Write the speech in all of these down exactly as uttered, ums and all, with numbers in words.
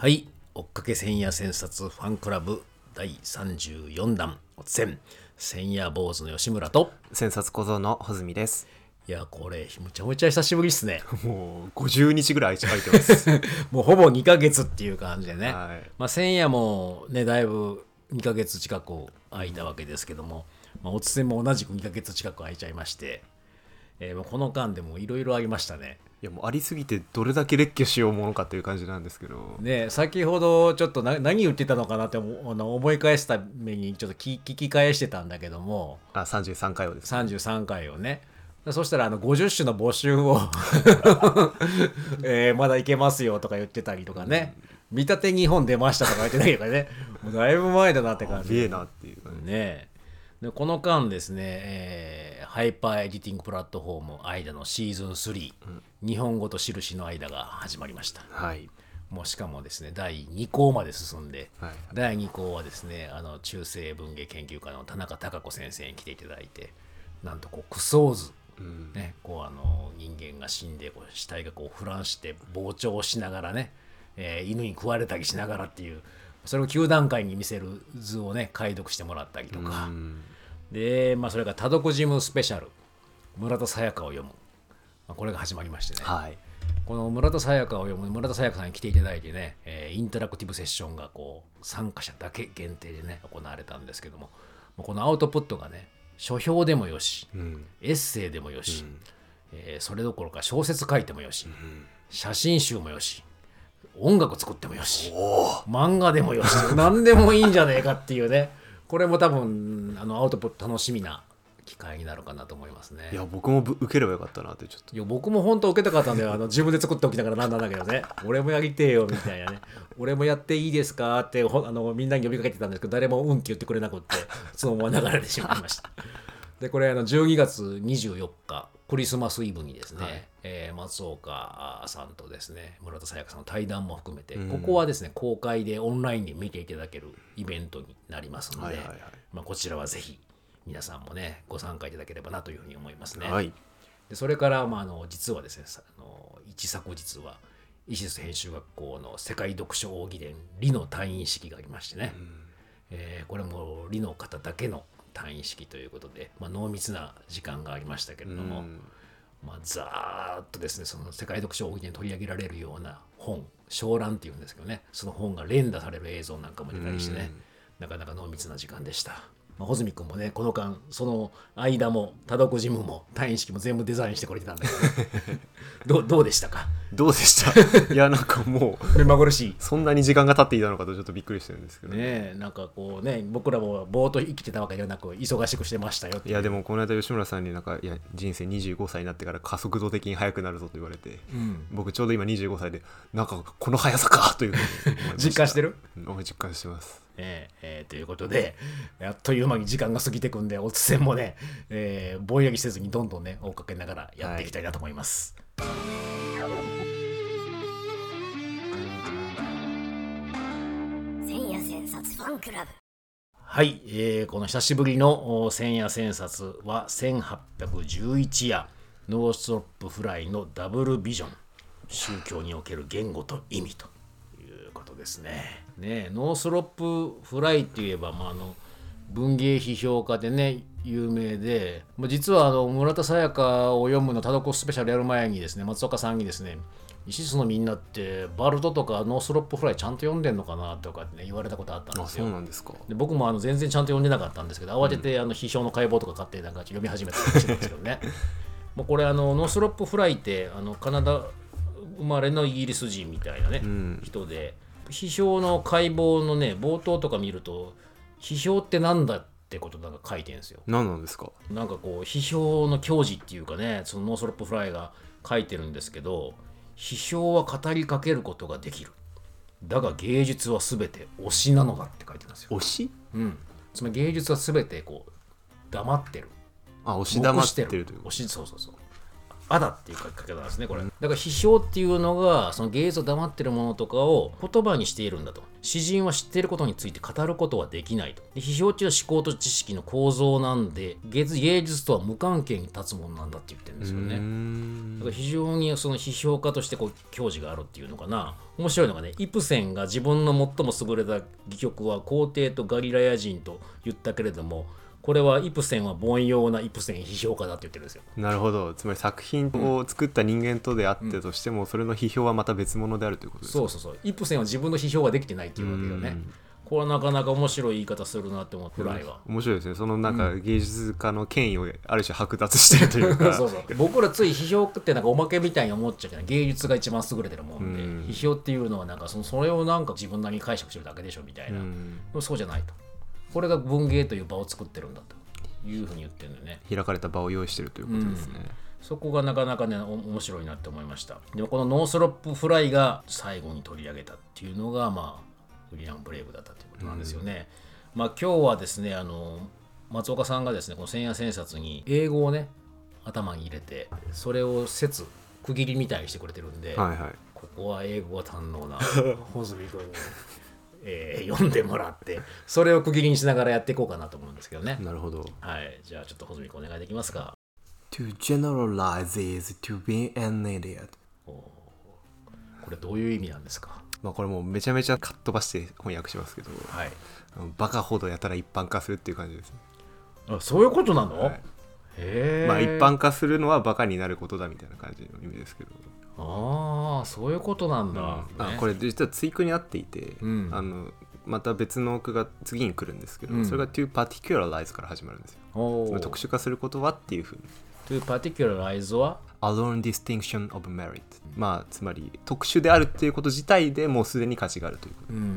はい、追っかけ千夜千冊ファンクラブだいさんじゅうよんだん千千夜坊主の吉村と千冊小僧の穂積です。 いやこれむちゃむちゃ久しぶりっすね。 もうごじゅうにちぐらい空いてますもうほぼにかげつっていう感じでね、 はい、 まあ、千夜もねだいぶにかげつ近く空いたわけですけども、まあ、おつせも同じくにかげつ近く空いちゃいまして、えー、もうこの間でもいろいろありましたね。 いやもうありすぎてどれだけ列挙しようものかという感じなんですけどね、先ほどちょっとな何言ってたのかなって思あの思い返すためにちょっと聞聞き返してたんだけども、 あさんじゅうさんかいをです、ね、 さんじゅうさんかいをね、そしたらあのごじゅっしゅの募集を、えー、まだいけますよとか言ってたりとかね、見立てにほん出ましたとか言ってたりとかね、もうだいぶ前だなって感じで。えなっていう感じね。でこの間ですね、えー、ハイパーエディティングプラットフォームアイダのシーズンスリー、うん、日本語と印の間が始まりました。 はい。 もうしかもですねだいにこうまで進んで、 はい、 だいにこうはですねあの中世文芸研究家の田中孝子先生に来ていただいて、なんとこうクソーズ、うんね、こうあの人間が死んでこう死体がこう腐乱して膨張しながらね、えー、犬に食われたりしながらっていう、それをきゅうだんかいに見せる図をね解読してもらったりとか、うんで、まあ、それから多読ジムスペシャル村田沙耶香を読む、まあ、これが始まりましてね、はい、この村田沙耶香を読む村田沙耶香さんに来ていただいてね、えー、インタラクティブセッションがこう参加者だけ限定でね行われたんですけども、このアウトプットがね書評でもよし、うん、エッセイでもよし、うんえー、それどころか小説書いてもよし、うん、写真集もよし、音楽作ってもよし、漫画でもよし何でもいいんじゃねえかっていうね、これも多分あのアウトプット楽しみな機会になるかなと思いますね。 いや僕も受ければよかったなってちょっと。 いや僕も本当受けたかったんであの自分で作っておきながらなんなんだけどね俺もやりてえよみたいなね俺もやっていいですかってあのみんなに呼びかけてたんですけど、誰もうんって言ってくれなくってそのまま流れてしまいましたでこれあのじゅうにがつにじゅうよっかクリスマスイブにですね、はいえー、松岡さんとですね村田沙耶香さんの対談も含めて、うん、ここはですね公開でオンラインで見ていただけるイベントになりますので、はいはいはいまあ、こちらはぜひ皆さんもねご参加いただければなというふうに思いますね、はい、でそれから、まあ、あの実はですねあの一昨日は医師編集学校の世界読書奥義伝理の退院式がありましてね、うんえー、これも理の方だけの退院式ということで、まあ、濃密な時間がありましたけれども、うんまあ、ざーっとですねその世界読書奥義伝に取り上げられるような本小覧っていうんですけどね、その本が連打される映像なんかも出たりしてね、うん、なかなか濃密な時間でした。まあ、穂積君もねこの間その間も多読ジムも退院式も全部デザインしてくれてたんだけど、ね、ど, どうでしたか。 どうでしたいやなんかもう目まぐるしい、 そんなに時間が経っていたのかとちょっとびっくりしてるんですけどね, ねなんかこうね僕らもぼーっと生きてたわけではなく忙しくしてましたよって。 いやでもこの間吉村さんになんかいや人生にじゅうごさいになってから加速度的に速くなるぞと言われて、うん、僕ちょうど今にじゅうごさいでなんかこの速さかというふうに思いました実感してる。 僕実感してます、 えーえー、ということであっという間に時間が過ぎてくんでおつせんもね、えー、ぼんやりせずにどんどんね追っかけながらやっていきたいなと思います、はい、千夜千冊ファンクラブ。はい、えー、この久しぶりの千夜千冊はせんはっぴゃくじゅういち夜ノーストロップフライのダブルビジョン、宗教における言語と意味ということですね。ねノーストロップフライって言えば、まあ、あの文芸批評家でね有名で、実はあの村田沙耶香を読むの多読スペシャルやる前にですね松岡さんにですねイシスのみんなってバルトとかノーストロップフライちゃんと読んでんのかなとかって、ね、言われたことあったんですよ。 あ、そうなんですか。 で僕もあの全然ちゃんと読んでなかったんですけど、慌ててあの批評の解剖とか買ってなんか読み始めたりしてたんですけどねもうこれあのノーストロップフライってあのカナダ生まれのイギリス人みたいなね、うん、人で批評の解剖のね冒頭とか見ると批評ってなんだってことなんか書いてるんですよ。 何なんですか。 なんかこう批評の教示っていうかね、そのノーストロップフライが書いてるんですけど、批評は語りかけることができる、だが芸術は全て推しなのだって書いてるんですよ。 推し、 うん、つまり芸術は全てこう黙ってる、 あ、推し黙ってるという推し、そうそうそう、 あだっていう書き方なんですねこれ。だから批評っていうのがその芸術を黙ってるものとかを言葉にしているんだと。詩人は知っていることについて語ることはできないと。で批評っていうのは思考と知識の構造なんで、芸術、芸術とは無関係に立つものなんだって言ってるんですよね。だから非常にその批評家としてこう矜持があるっていうのかな。面白いのがね、イプセンが自分の最も優れた戯曲は皇帝とガリラヤ人と言ったけれども、これはイプセンは凡庸なイプセン批評家だって言ってるんですよ。 なるほど。つまり作品を作った人間とであってとしても、うん、それの批評はまた別物であるということですか。 そうそうそう。イプセンは自分の批評ができてないっていうわけよね。これはなかなか面白い言い方するなって思って、フライは面白いですね。そのなんか芸術家の権威をある種剥奪してるというかそうそう僕らつい批評ってなんかおまけみたいに思っちゃうけど、芸術が一番優れてるもんで、うん、批評っていうのはなんか そ, のそれをなんか自分なりに解釈してるだけでしょみたいな、うん、でもそうじゃないと。これが文芸という場を作ってるんだというふうに言ってるんだよね。 開かれた場を用意してるということですね、うん、 そこがなかなかね面白いなって思いました。でもこのノースロップフライが最後に取り上げたっていうのがまあウィリアム・ブレイクだったということなんですよね、うん、まあ今日はですねあの松岡さんがですねこの千夜千冊に英語をね頭に入れてそれを説区切りみたいにしてくれてるんで、 はいはい、 ここは英語が堪能な穂積君にえー、読んでもらってそれを区切りにしながらやっていこうかなと思うんですけどね。 なるほど。 はい、じゃあちょっと穂積君お願いできますか。 To generalize is to be an idiot。 これどういう意味なんですか。 まあこれもうめちゃめちゃかっ飛ばして翻訳しますけど、 はい、 バカほどやたら一般化するっていう感じですね。 あ、そういうことなの、はい、 へー、まあ一般化するのはバカになることだみたいな感じの意味ですけど。 ああそういうことなんだ、うんね、 あこれ実は対句にあっていて、うん、あのまた別の句が次に来るんですけど、うん、それが to particularize から始まるんですよ。その特殊化することはっていうふうに。 to particularize は alone distinction of merit、うん、まあつまり特殊であるっていうこと自体でもうすでに価値があるということ。 うん、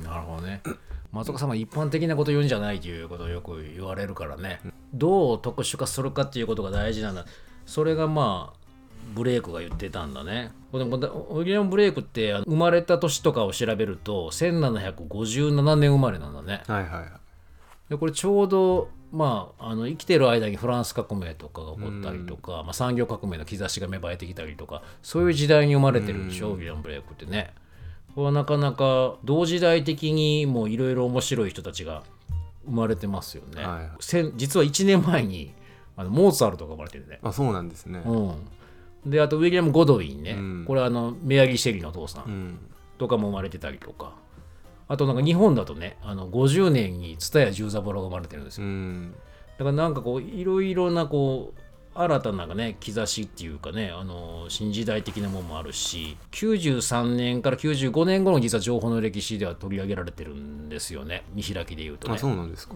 なるほどね。松岡さんは一般的なことを言うんじゃないということをよく言われるからね、うん、どう特殊化するかっていうことが大事なんだ。それがまあブレイクが言ってたんだね。でもウィリアム・ブレイクって生まれた年とかを調べるとせんななひゃくごじゅうななねん生まれなんだね。 はいはいはい。 でこれちょうど、まあ、あの生きてる間にフランス革命とかが起こったりとか、まあ、産業革命の兆しが芽生えてきたりとかそういう時代に生まれてるでしょウィリアム・ブレイクってね。これはなかなか同時代的にもいろいろ面白い人たちが生まれてますよね、はい、実はいちねんまえにあのモーツァルトが生まれてるね。 あ、そうなんですね、 うんであとウィリアム・ゴドウィンね、うん、これはあのメアリー・シェリーのお父さんとかも生まれてたりとか、あとなんか日本だとねあのごじゅうねんに蔦屋十三郎が生まれてるんですよ、うん、だからなんかこういろいろなこう新たなね兆しっていうかねあの新時代的なものもあるし、きゅうじゅうさんねんからきゅうじゅうごねん頃の実は情報の歴史では取り上げられてるんですよね、見開きで言うとね。 あ、そうなんですか。 うん、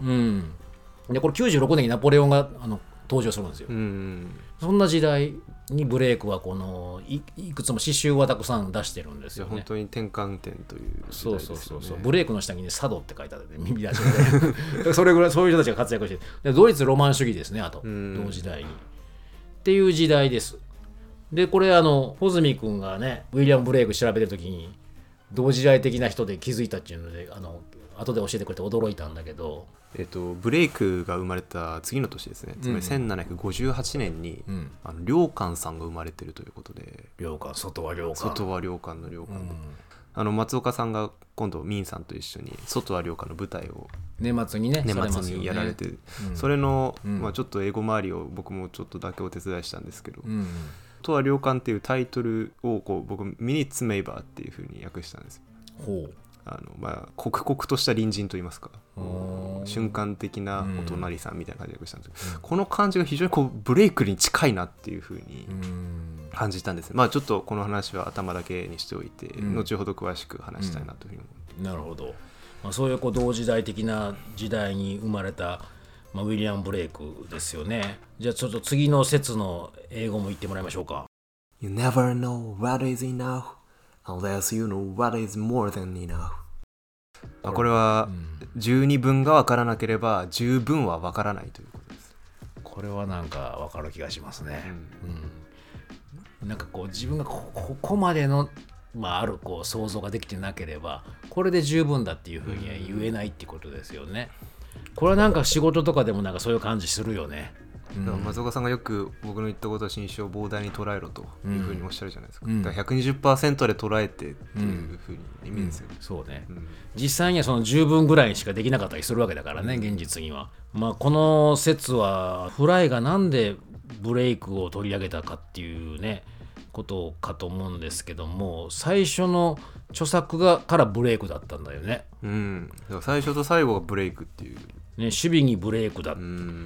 でこれきゅうじゅうろくねんにナポレオンがあの登場するんですよ、うん、そんな時代にブレイクはこの い, いくつも詩集はたくさん出してるんですよね。 本当に転換点という時代ですよね。 そうそうそうそう。ブレイクの下にね茶道って書いてあるね、耳出しでそれぐらいそういう人たちが活躍してでドイツロマン主義ですね、あと同時代にっていう時代です。でこれあの穂積君がねウィリアム・ブレイク調べてる時に同時代的な人で気づいたっていうのであの後で教えてくれて驚いたんだけど、 えっと、ブレイクが生まれた次の年ですね、つまりせんななひゃくごじゅうはちねんに、うん、あの良寛さんが生まれてるということで。 良寛、外は良寛、 外は良寛の良寛、うん、あの松岡さんが今度ミンさんと一緒に外は良寛の舞台を年末にね年末にやられて、ねうん、それの、うんまあ、ちょっと英語周りを僕もちょっとだけお手伝いしたんですけど、うんとは良寛っていうタイトルをこう僕ミニッツメイバーっていう風に訳したんですよ。 ほうあのまあ、刻々とした隣人といいますか瞬間的なお隣さんみたいな感じで訳したんですけど、うん、この感じが非常にこうブレイクに近いなっていう風に感じたんですね。まあちょっとこの話は頭だけにしておいて、うん、後ほど詳しく話したいなというふうに思って、 うん、なるほど、まあ、そういうこう同時代的な時代に生まれた、まあ、ウィリアム・ブレイクですよね。じゃあちょっと次の説の英語も言ってもらいましょうか。 You never know what is enough unless you know what is more than enough。 これ, これは十二分が分からなければ十分は分からないということです。 これはなんか分かる気がしますね、うんうん、なんかこう自分が こ, ここまでの、まあ、あるこう想像ができてなければこれで十分だっていうふうには言えないってことですよね、うん、これはなんか仕事とかでもなんかそういう感じするよね。 だから松岡さんがよく僕の言ったことは新種を膨大に捉えろというふうにおっしゃるじゃないですか、うん、だから ひゃくにじゅっパーセント で捉えてっていうふうに意味ですよね、 うんうん、そうね、うん、実際にはその十分ぐらいしかできなかったりするわけだからね、うん、現実には。まあこの説はフライがなんでブレイクを取り上げたかっていうねことかと思うんですけども、最初の著作がからブレイクだったんだよね。 うん、だから最初と最後がブレイクっていう、ね、 守備にブレイクだ、うん、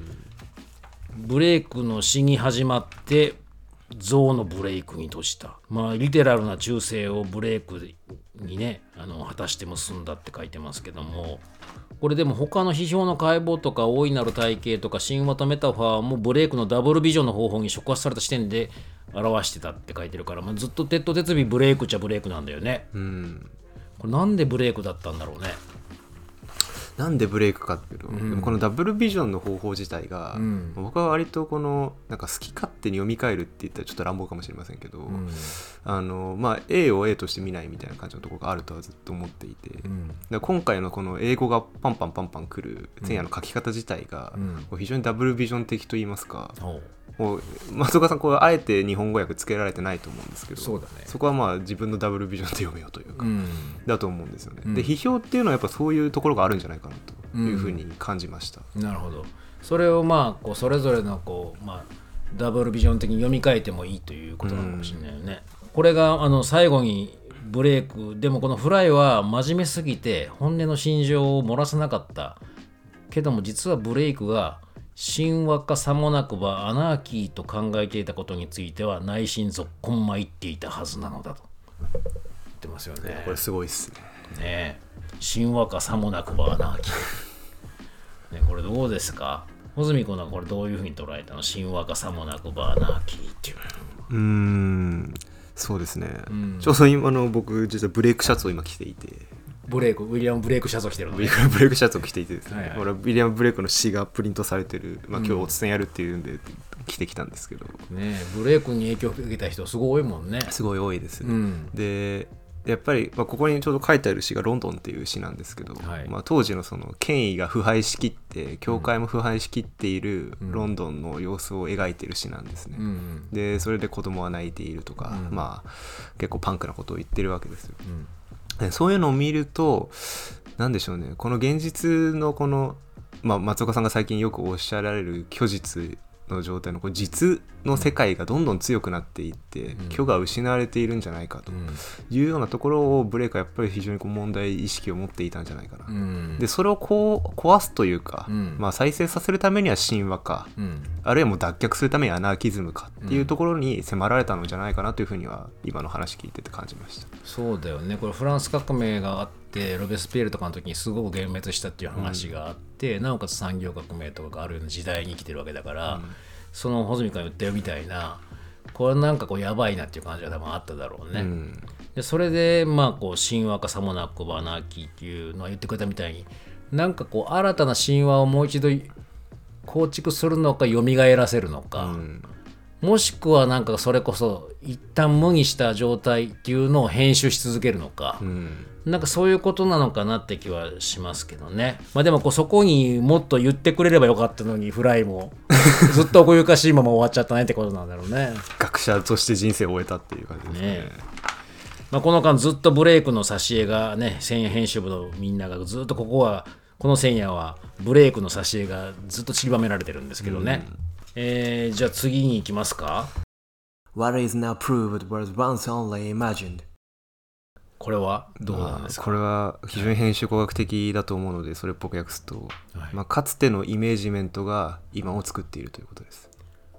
ブレイクの詩に始まって象のブレイクに閉じた。まあリテラルな忠誠をブレイクにねあの果たして結んだって書いてますけども、これでも他の批評の解剖とか大いなる体系とか神話とメタファーもブレイクのダブルビジョンの方法に触発された視点で表してたって書いてるから、まあ、ずっと鉄と鉄尾ブレイクっちゃブレイクなんだよね、うん、これなんでブレイクだったんだろうね。 なんでブレイクかっていうと、うん、でもこのダブルビジョンの方法自体が、うん、僕は割とこのなんか好き勝手に読み替えるって言ったらちょっと乱暴かもしれませんけど、うん、あのまあ A を A として見ないみたいな感じのところがあるとはずっと思っていて、うん、だ今回のこの英語がパンパンパンパン来る前夜の書き方自体が、うん、非常にダブルビジョン的と言いますか、もう松岡さんこれあえて日本語訳つけられてないと思うんですけど、 そうだね、 そこはまあ自分のダブルビジョンで読めようというか、うん、だと思うんですよね、うん、で批評っていうのはやっぱそういうところがあるんじゃないかなというふうに感じました、 うん、なるほど。それをまあこうそれぞれのこう、まあ、ダブルビジョン的に読み替えてもいいということなのかもしれないよね、うん、これがあの最後にブレイクでもこのフライは真面目すぎて本音の心情を漏らさなかったけども、実はブレイクが神話かさもなくばアナーキーと考えていたことについては内心ぞっこんまいっていたはずなのだと言ってますよね。 これすごいっすね。 ねえ、神話かさもなくばアナーキー、ね、これどうですか穂積君はこれどういうふうに捉えたの？神話かさもなくばアナーキーっていう。 うーんそうですね、うん、ちょうど今の僕実はブレイクシャツを今着ていて、 ブレイクウィリアム・ブレイクシャツを着てるの、ね、 ブレイクシャツを着ていてですね、はいはい、これはウィリアム・ブレイクの詩がプリントされてる、まあ、今日おつせんやるっていうんで着てきたんですけど、 ね、ブレイクに影響を受けた人すごい多いもんね。 すごい多いです、うん、でやっぱり、まあ、ここにちょうど書いてある詩がロンドンっていう詩なんですけど、はいまあ、当時のその権威が腐敗しきって教会も腐敗しきっているロンドンの様子を描いている詩なんですね、うんうん、でそれで子供は泣いているとか、うんまあ、結構パンクなことを言ってるわけですよ、うん、でそういうのを見るとなんでしょうね、この現実のこの、まあ、松岡さんが最近よくおっしゃられる虚実の状態のこう実の世界がどんどん強くなっていって、うん、虚が失われているんじゃないかというようなところをブレイクはやっぱり非常にこう問題意識を持っていたんじゃないかな、うん、でそれをこう壊すというか、うんまあ、再生させるためには神話か、うん、あるいはもう脱却するためにアナーキズムかっていうところに迫られたのじゃないかなというふうには今の話聞いてて感じました。 そうだよね、これフランス革命があってロベスピエールとかの時にすごく幻滅したっていう話があって、うん、なおかつ産業革命とかがあるような時代に生きてるわけだから、うんその穂積君が言ったよみたいなこれなんかこうやばいなっていう感じが多分あっただろうね、うん、でそれでまあこう神話かさもなくばアナーキーっていうのは言ってくれたみたいになんかこう新たな神話をもう一度構築するのか蘇らせるのか、うん、もしくはなんかそれこそ一旦無にした状態っていうのを編集し続けるのか、うんなんかそういうことなのかなって気はしますけどね。まあでもこうそこにもっと言ってくれればよかったのにフライもずっと奥ゆかしいまま終わっちゃったねってことなんだろうね。 学者として人生を終えたっていう感じですね。ねまあ、この間ずっとブレイクの挿絵がね、千夜編集部のみんながずっとここはこの千夜はブレイクの挿絵がずっと散りばめられてるんですけどね。うんえー、じゃあ次に行きますか。 What is now proved was once only imagined。 これはどうなんですか？ これは非常に編集工学的だと思うのでそれっぽく訳すと、はいまあ、かつてのイメージメントが今を作っているということです。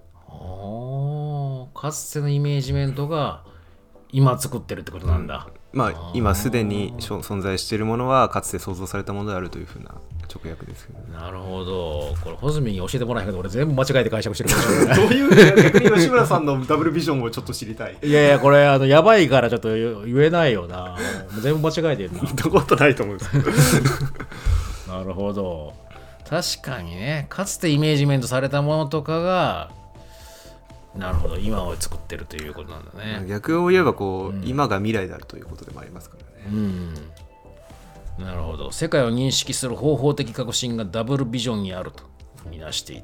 あかつてのイメージメントが今作ってるってことなんだ、 うんまあ、今すでに存在しているものはかつて創造されたものであるというふうな直訳ですけど、ね、 なるほど。これ穂積に教えてもらえないけど俺全部間違えて解釈してるかもしれないどういう逆に吉村さんのダブルビジョンをちょっと知りたい。 いやいやこれあのやばいからちょっと言えないよな。もう全部間違えてるな。 言ったことないと思うんですけどなるほど。確かにねかつてイメージメントされたものとかがなるほど今を作ってるということなんだね。 逆を言えばこう、うん、今が未来であるということでもありますからね。 うんなるほど。世界を認識する方法的革新がダブルビジョンにあると見なしていた。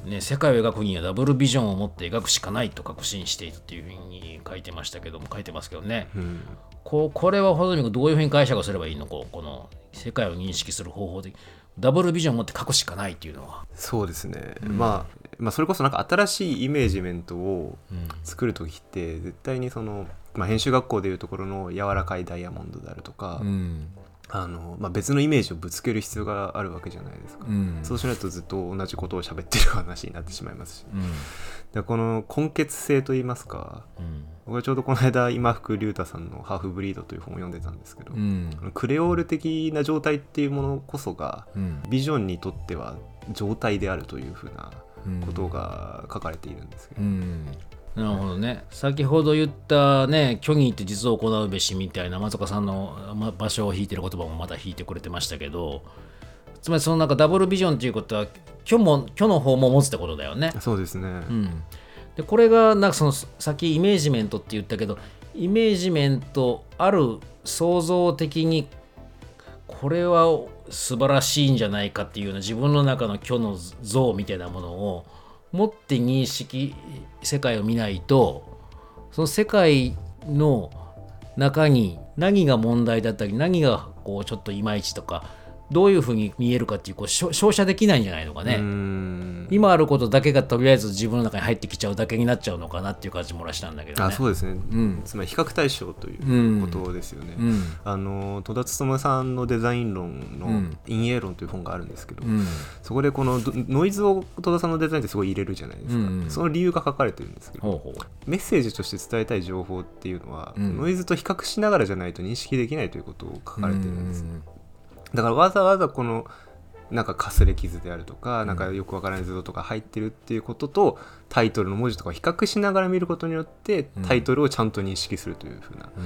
ね、世界を描くにはダブルビジョンを持って描くしかないと確信しているっていうふうに書いてましたけども書いてますけどね、うん、こ, これは穂積君どういうふうに解釈すればいいのここの世界を認識する方法でダブルビジョンを持って描くしかないっていうのは。 そうですね、うん、まあ、まあそれこそなんか新しいイメージメントを作るときって絶対にその、まあ、編集学校でいうところの柔らかいダイヤモンドであるとか、うん、あのまあ、別のイメージをぶつける必要があるわけじゃないですか、うん、そうしないとずっと同じことを喋ってる話になってしまいますし、うん、でこの根結性といいますか、うん、僕はちょうどこの間今福龍太さんのハーフブリードという本を読んでたんですけど、うん、クレオール的な状態っていうものこそが、うん、ビジョンにとっては状態であるというふうなことが書かれているんですけど、うんうんなるほどね。先ほど言ったね、虚偽って実を行うべしみたいな松岡さんの場所を引いてる言葉もまた引いてくれてましたけど、つまりそのなんかダブルビジョンっていうことは虚も虚の方も持つってことだよね。 そうですね。 うん。でこれがなんかそのさっきイメージメントって言ったけど、イメージメントある創造的にこれは素晴らしいんじゃないかっていうような自分の中の虚の像みたいなものを持って認識世界を見ないとその世界の中に何が問題だったり何がこうちょっといまいちとかどういうふうに見えるかっていうこう照射できないんじゃないのかね。うーん今あることだけがとりあえず自分の中に入ってきちゃうだけになっちゃうのかなっていう感じもらしたんだけどね。 あそうですね、うん、つまり比較対象ということですよね、うん、あの戸田勉さんのデザイン論の陰影論という本があるんですけど、うん、そこでこのノイズを戸田さんのデザインってすごい入れるじゃないですか、うんうん、その理由が書かれてるんですけど、ほうほうメッセージとして伝えたい情報っていうのは、うん、ノイズと比較しながらじゃないと認識できないということを書かれてるんです、うんだからわざわざこのなんかかすれ傷であるとか、うん、なんかよくわからない図とか入ってるっていうこととタイトルの文字とかを比較しながら見ることによってタイトルをちゃんと認識するというふうな、うん、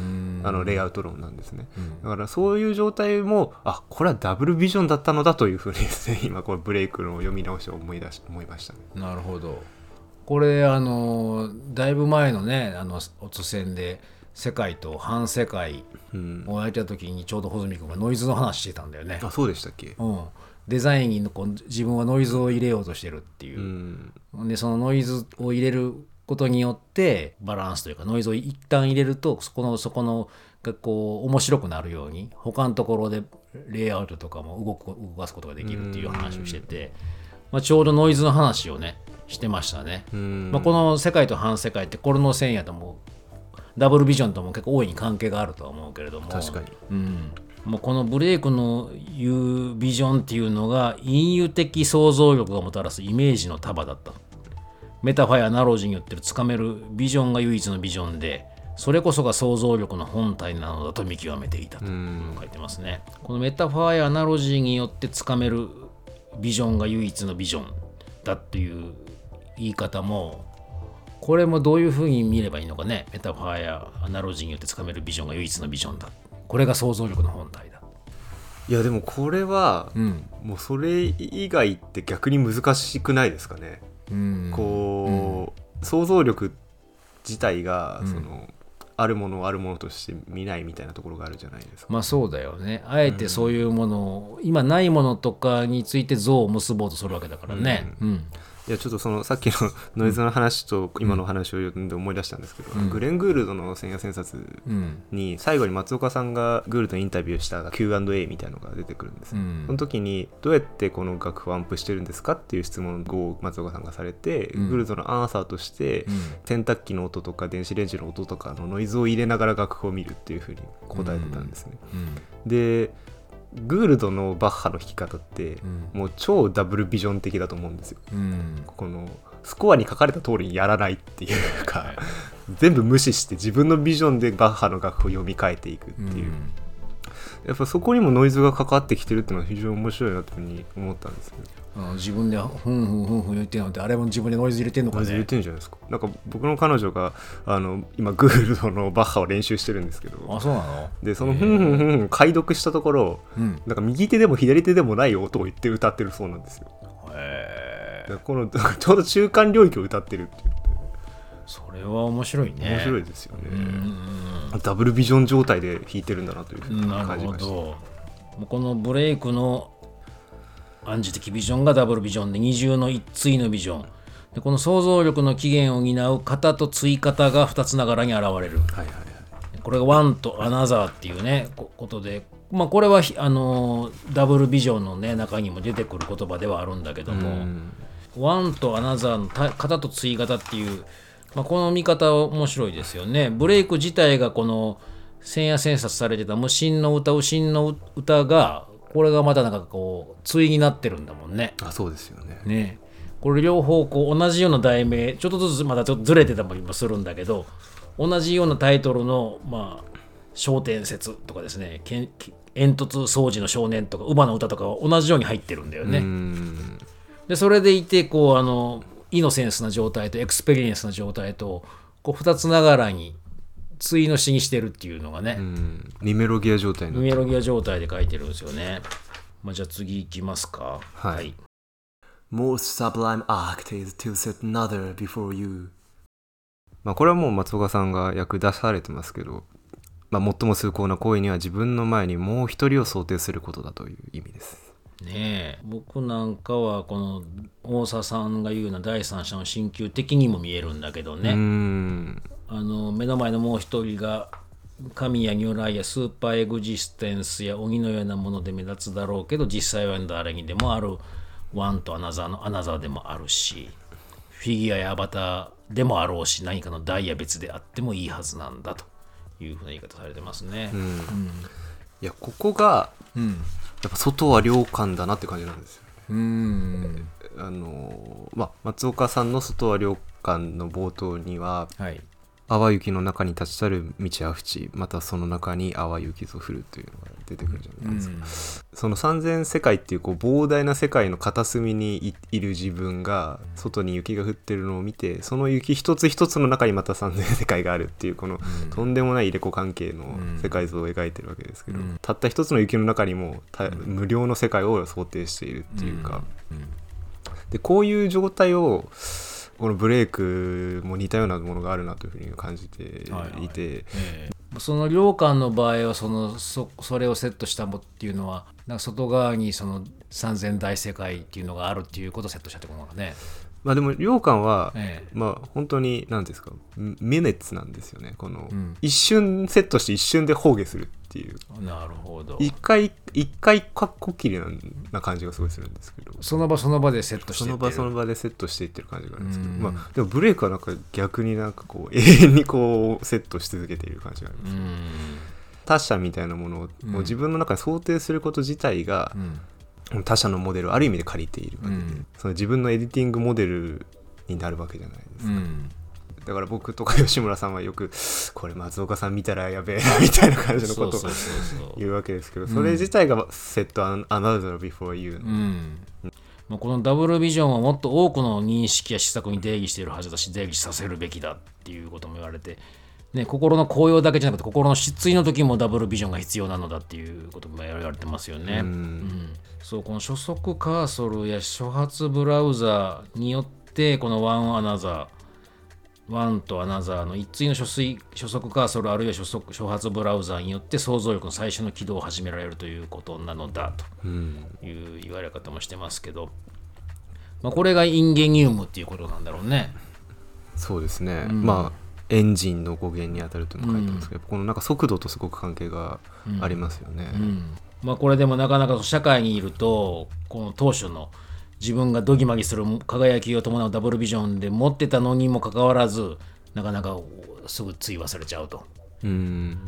あのレイアウト論なんですね、うん、だからそういう状態もあこれはダブルビジョンだったのだというふうにですね今このブレイクの読み直しを思い出し思いましたね。 なるほど。これあのだいぶ前のねあの乙戦で世界と反世界をやった時にちょうど穂積君がノイズの話してたんだよね、 うん、あそうでしたっけ、 うん、デザインにこう自分はノイズを入れようとしてるっていう、うん、でそのノイズを入れることによってバランスというかノイズを一旦入れるとそこのそこのがこう面白くなるように他のところでレイアウトとかも動く動かすことができるっていう話をしてて、まあ、ちょうどノイズの話をねしてましたね、まあ、この世界と反世界ってこれの線やと思うダブルビジョンとも結構大いに関係があるとは思うけれども確かに、 うん、もうこのブレイクの言うビジョンっていうのが隠喩的想像力がもたらすイメージの束だった。メタファーやアナロジーによってつかめるビジョンが唯一のビジョンでそれこそが想像力の本体なのだと見極めていたと書いてますね。このメタファーやアナロジーによってつかめるビジョンが唯一のビジョンだっていう言い方もこれもどういうふうに見ればいいのかね。メタファーやアナロジーによってつかめるビジョンが唯一のビジョンだ。これが想像力の本体だ。 いやでもこれは、うん、もうそれ以外って逆に難しくないですかね。うん、こう、うん、想像力自体が、うん、そのあるものをあるものとして見ないみたいなところがあるじゃないですか。 まあそうだよね。あえてそういうものを、うん、今ないものとかについて像を結ぼうとするわけだからね。うんうんいやちょっとそのさっきのノイズの話と今の話を読んで思い出したんですけど、うん、グレン・グールドの千夜千冊に最後に松岡さんがグールドにインタビューした キューアンドエー みたいなのが出てくるんです、うん、その時にどうやってこの楽譜をアンプしてるんですかっていう質問を松岡さんがされて、うん、グールドのアンサーとして、うん、洗濯機の音とか電子レンジの音とかのノイズを入れながら楽譜を見るっていうふうに答えてたんですね、うんうん、でグールドのバッハの弾き方って、うん、もう超ダブルビジョン的だと思うんですよ、うん、このスコアに書かれた通りにやらないっていうか、はい、全部無視して自分のビジョンでバッハの楽譜を読み替えていくっていう、うん、やっぱそこにもノイズがかかってきてるっていうのは非常に面白いなというふうに思ったんですけど、 あの自分でふんふんふんふん言ってるのってあれも自分でノイズ入れてんのかね。 ノイズ入れてるんじゃないですか。なんか僕の彼女があの今グールドのバッハを練習してるんですけど、 あそうなの。 でそのふんふんふんふん解読したところ、うん、なんか右手でも左手でもない音を言って歌ってるそうなんですよ。へー。このちょうど中間領域を歌ってるっていう。 それは面白いね。 面白いですよね。うんダブルビジョン状態で弾いてるんだなというふうに感じました。 なるほど。このブレイクの暗示的ビジョンがダブルビジョンで二重の一対のビジョンで、この想像力の起源を担う型と対型が二つながらに現れる、 はいはいはい、 これがワンとアナザーっていうねことで、まあ、これはあのダブルビジョンの、ね、中にも出てくる言葉ではあるんだけども、ワンとアナザーの型と対型っていう、まあ、この見方面白いですよね。ブレイク自体がこの千夜千冊されてた無心の歌、右心の歌がこれがまたなんかこう対になってるんだもんね。 あ、そうですよね。 ね、これ両方こう同じような題名、ちょっとずつまたちょっとずれてたりもするんだけど、同じようなタイトルのまあ小天説とかですね、煙突掃除の少年とか乳母の歌とかは同じように入ってるんだよね。うんでそれでいてこうあのイノセンスな状態とエクスペリエンスな状態とこうふたつながらに対の詩にしてるっていうのがね、うん、 ニメロギア状態ニメロギア状態で書いてるんですよね。まあ、じゃあ次いきますか。 はい、はい、 Most sublime act is to set another before you。 まあこれはもう松岡さんが訳出されてますけど、まあ、最も崇高な行為には自分の前にもう一人を想定することだという意味です。 ねえ、僕なんかはこの大沢さんが言うような第三者の親級的にも見えるんだけどね、うーんあの目の前のもう一人が神や如来やスーパーエグジステンスや鬼のようなもので目立つだろうけど、実際は誰にでもあるワンとアナザーのアナザーでもあるし、フィギュアやアバターでもあろうし、何かの代や別であってもいいはずなんだというふうな言い方されてますね。うんうん、 いやここが、うん、やっぱ外は良寛だなって感じなんですよね。うーんあのまあ、松岡さんの外は良寛の冒頭には、はい、淡雪の中に立ち去る道は淵、またその中に淡雪ぞ降るというのが出てくるじゃないですか。うん、その三千世界っていう、こう膨大な世界の片隅に い, いる自分が外に雪が降ってるのを見て、その雪一つ一つの中にまた三千世界があるっていう、このとんでもない入れ子関係の世界像を描いてるわけですけど、うん、たった一つの雪の中にも無料の世界を想定しているっていうか、うんうん、でこういう状態をこのブレイクも似たようなものがあるなというふうに感じていて、はいはいえー、その良寛の場合は そ, の そ, それをセットしたもっていうのはなんか外側にその三千大世界っていうのがあるっていうことをセットしたってことなのかね。 まあ、でも良寛は、ええまあ、本当に何ですかミネッツなんですよね。この、うん、一瞬セットして一瞬で崩下するっていう。 なるほど。 一回一回かっこきりな感じがすごいするんですけど、 その場その場でセットしていってる、 その場その場でセットしていってる感じがあるんですけど、まあ、でもブレイクはなんか逆になんかこう永遠にこうセットし続けている感じがあります、ね、他者みたいなものを、もう自分の中で想定すること自体が、うん他者のモデルをある意味で借りているわけで、うん、その自分のエディティングモデルになるわけじゃないですか、うん、だから僕とか吉村さんはよくこれ松岡さん見たらやべえなみたいな感じのことを言うわけですけど、それ自体がセット another before you、うんうん、このダブルビジョンはもっと多くの認識や施策に定義しているはずだし、定義させるべきだっていうことも言われて、ね、心の高揚だけじゃなくて心の失墜の時もダブルビジョンが必要なのだっていうことも言われてますよね。うん、うん、そうこの初速カーソルや初発ブラウザによってこのワンアナザーワンとアナザーの一対の初水初速カーソルあるいは初速初発ブラウザによって想像力の最初の起動を始められるということなのだという言われ方もしてますけど、まあ、これがインゲニウムっていうことなんだろうね。 そうですね、うん、まあエンジンの語源に当たるというのが書いてますけど、うん、このなんか速度とすごく関係がありますよね、うんうんまあ、これでもなかなか社会にいるとこの当初の自分がドギマギする輝きを伴うダブルビジョンで持ってたのにもかかわらずなかなかすぐつい忘れちゃうと、うん、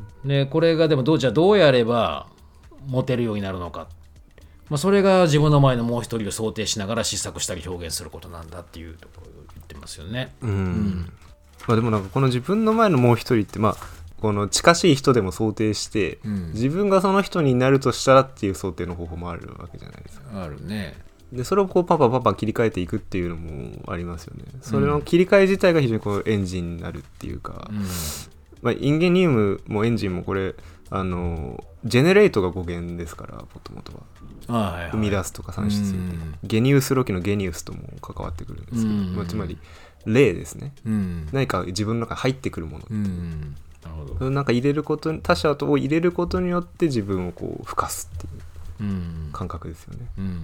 でこれがでもどうじゃどうやれば持てるようになるのか、まあ、それが自分の前のもう一人を想定しながら試作したり表現することなんだっていうところを言ってますよね。うん、うんまあ、でもなんかこの自分の前のもう一人ってまあこの近しい人でも想定して、うん、自分がその人になるとしたらっていう想定の方法もあるわけじゃないですか。 あるね。でそれをこうパパパパ切り替えていくっていうのもありますよね。それの切り替え自体が非常にこうエンジンになるっていうか、うんまあ、インゲニウムもエンジンもこれあのジェネレートが語源ですから、もともとは、はいはい、生み出すとか産出する、うん、ゲニウスロキのゲニウスとも関わってくるんですけど、うんまあ、つまり霊ですね、うん、何か自分の中に入ってくるものっていう、うん、なるほど。なんか入れること他者を入れることによって自分をこう孵化すっていう感覚ですよね、うんうん、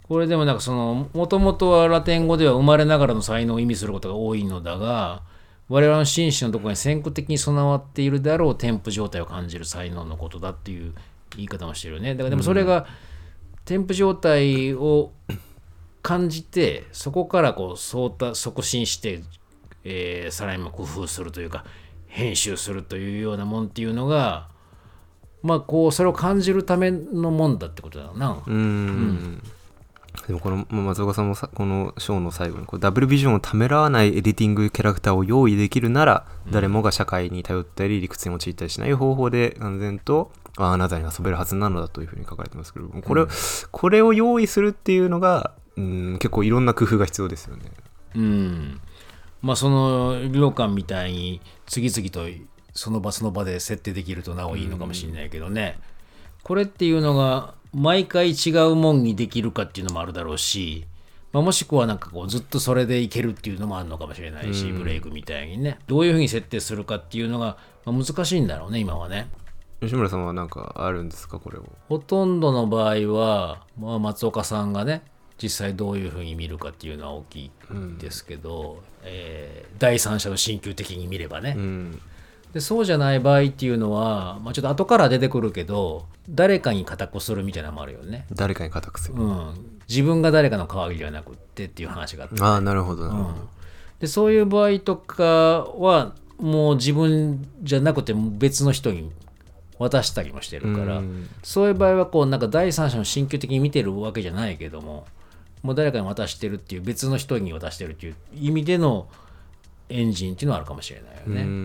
これでもなんかそのもともとはラテン語では生まれながらの才能を意味することが多いのだが、我々の心身のどこかに先駆的に備わっているであろう添付状態を感じる才能のことだっていう言い方もしてるよね。だからでもそれが添付状態を感じて、そこからこうそうた促進して、えー、さらにも工夫するというか編集するというようなもんっていうのが、まあこうそれを感じるためのもんだってことだな。 うーん、うんでもこの松岡さんもさこの章の最後にこうダブルビジョンをためらわないエディティングキャラクターを用意できるなら、うん、誰もが社会に頼ったり理屈に用いたりしない方法で安全とあなたに遊べるはずなのだというふうに書かれてますけど、これ、うん、これを用意するっていうのが、うん、結構いろんな工夫が必要ですよね。 うんまあその旅館みたいに次々とその場その場で設定できるとなおいいのかもしれないけどね、うん、これっていうのが毎回違うもんにできるかっていうのもあるだろうし、まあ、もしくはなんかこうずっとそれでいけるっていうのもあるのかもしれないし、ブレイクみたいにねどういうふうに設定するかっていうのが難しいんだろうね今はね。 吉村さんは何かあるんですかこれを。 ほとんどの場合は、まあ、松岡さんがね実際どういうふうに見るかっていうのは大きいですけど、うんえー、第三者の進級的に見ればね、うんでそうじゃない場合っていうのは、まあ、ちょっと後から出てくるけど誰かに固くするみたいなのもあるよね。 誰かに固くする、 うん、自分が誰かの代わりではなくってっていう話があって、ね、 ああなるほどなるほど、 うん、でそういう場合とかはもう自分じゃなくて別の人に渡したりもしてるから、うん、そういう場合はこうなんか第三者の進級的に見てるわけじゃないけどももう誰かに渡してるっていう別の人に渡してるっていう意味でのエンジンっていうのはあるかもしれないよね。うん、うん、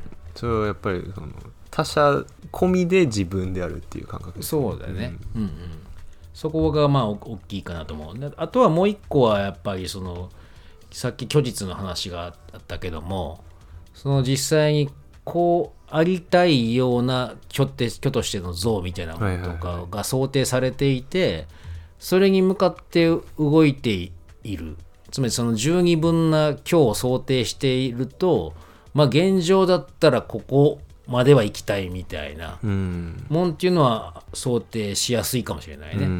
それはやっぱりその他者込みで自分であるっていう感覚ですね。 そうだよね、うんうんうん、そこがまあ大きいかなと思う。あとはもう一個はやっぱりそのさっき虚実の話があったけどもその実際にこうありたいような虚って虚としての像みたいなものとかが想定されていてそれに向かって動いているつまりその十二分な虚を想定していると、まあ、現状だったらここまでは行きたいみたいなもんっていうのは想定しやすいかもしれないね。うん、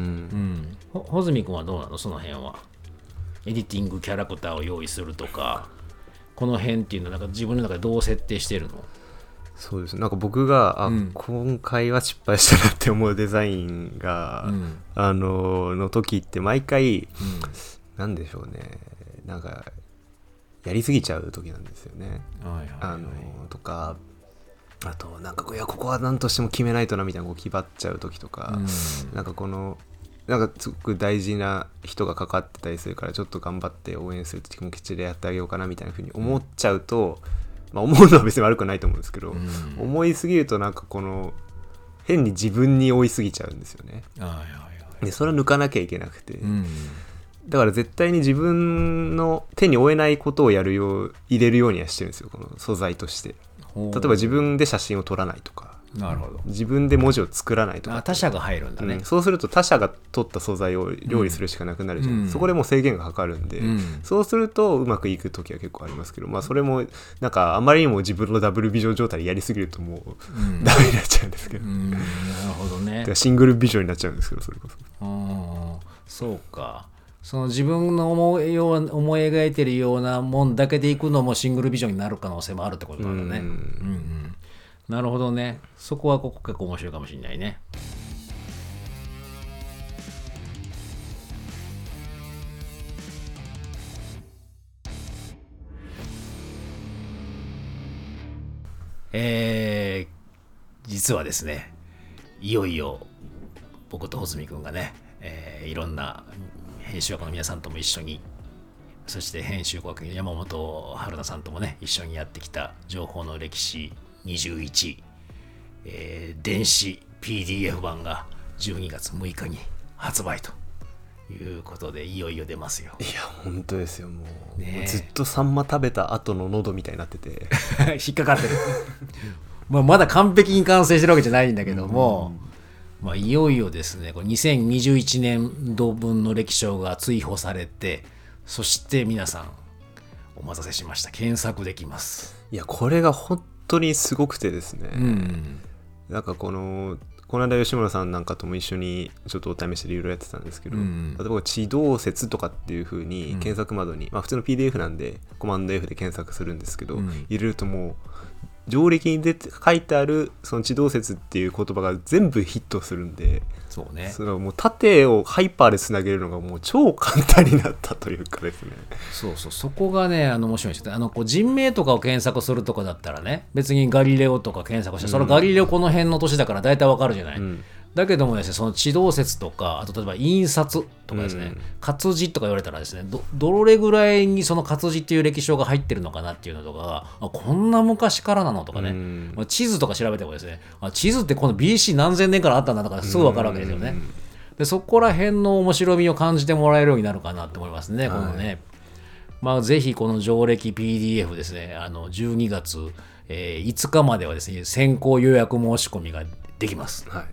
うん、穂積君はどうなのその辺は。エディティングキャラクターを用意するとかこの辺っていうのはなんか自分の中でどう設定してるの？ そうですねなんか僕があ、うん、今回は失敗したなって思うデザインが、うん、あのの時って毎回、うん、なんでしょうねなんかやりすぎちゃう時なんですよね、はいはいはい、あのとかあとなんかいやここは何としても決めないとなみたいなこう気張っちゃう時とか、うん、なんかこのなんかすごく大事な人がかかってたりするからちょっと頑張って応援する気持ちでやってあげようかなみたいな風に思っちゃうと、うんまあ、思うのは別に悪くないと思うんですけど、うん、思いすぎるとなんかこの変に自分に追いすぎちゃうんですよね、はいはいはい、でそれを抜かなきゃいけなくて、うん、だから絶対に自分の手に負えないことをやるよう入れるようにはしてるんですよこの素材として。例えば自分で写真を撮らないとかなるほど自分で文字を作らないとかあ他者が入るんだね、 うん、そうすると他者が撮った素材を料理するしかなくなるじゃん、うん、そこでもう制限がかかるんで、うん、そうするとうまくいく時は結構ありますけど、まあ、それもなんかあまりにも自分のダブルビジョン状態でやりすぎるともう、うん、ダメになっちゃうんですけど、うん、なるほどねシングルビジョンになっちゃうんですけどそれこそあそうかその自分の思いよう思い描いてるようなもんだけでいくのもシングルビジョンになる可能性もあるってことなんだね、うんうんうん、なるほどねそこはここ結構面白いかもしれないね。えー、実はですねいよいよ僕と穂積君がね、えー、いろんな編集学の皆さんとも一緒にそして編集学の山本春菜さんともね一緒にやってきた情報の歴史にじゅういち、えー、電子 ピーディーエフ 版がじゅうにがつむいかに発売ということでいよいよ出ますよ。 いや本当ですよもう、ね、もうずっとサンマ食べた後の喉みたいになってて引っかかってるまあまだ完璧に完成してるわけじゃないんだけども、うんまあ、いよいよですねこれにせんにじゅういちねんどぶんの歴史が追放されてそして皆さんお待たせしました検索できます。 いやこれが本当にすごくてですね、うん、なんかこのこの間吉村さんなんかとも一緒にちょっとお試しでいろいろやってたんですけど、 うん、 例えば地動説とかっていう風に検索窓に、うん、まあ普通の ピーディーエフ なんでコマンド F で検索するんですけど、うん、入れるともう上歴に出て書いてあるその地動説っていう言葉が全部ヒットするんで、 そうね、 それはもう縦をハイパーでつなげるのがもう超簡単になったというかですね。 そうそう、そこがねあの面白いんですよ。あのこう人名とかを検索するとかだったらね、別にガリレオとか検索して、うん、そのガリレオこの辺の年だから大体わかるじゃない、うん、だけどもですね、その地動説とか、あと例えば印刷とかですね、うん、活字とか言われたらですね、 ど, どれぐらいにその活字っていう歴史書が入ってるのかなっていうのとかが、あこんな昔からなのとかね、うん、まあ、地図とか調べてもですね、あ地図ってこの ビーシー 何千年からあったんだとかすぐ分かるわけですよね、うん、でそこら辺の面白みを感じてもらえるようになるかなと思いますね、はい、このね、まあ、ぜひこの上歴 ピーディーエフ ですね、あのじゅうにがつ、えー、いつかまではですね先行予約申し込みができます、はい、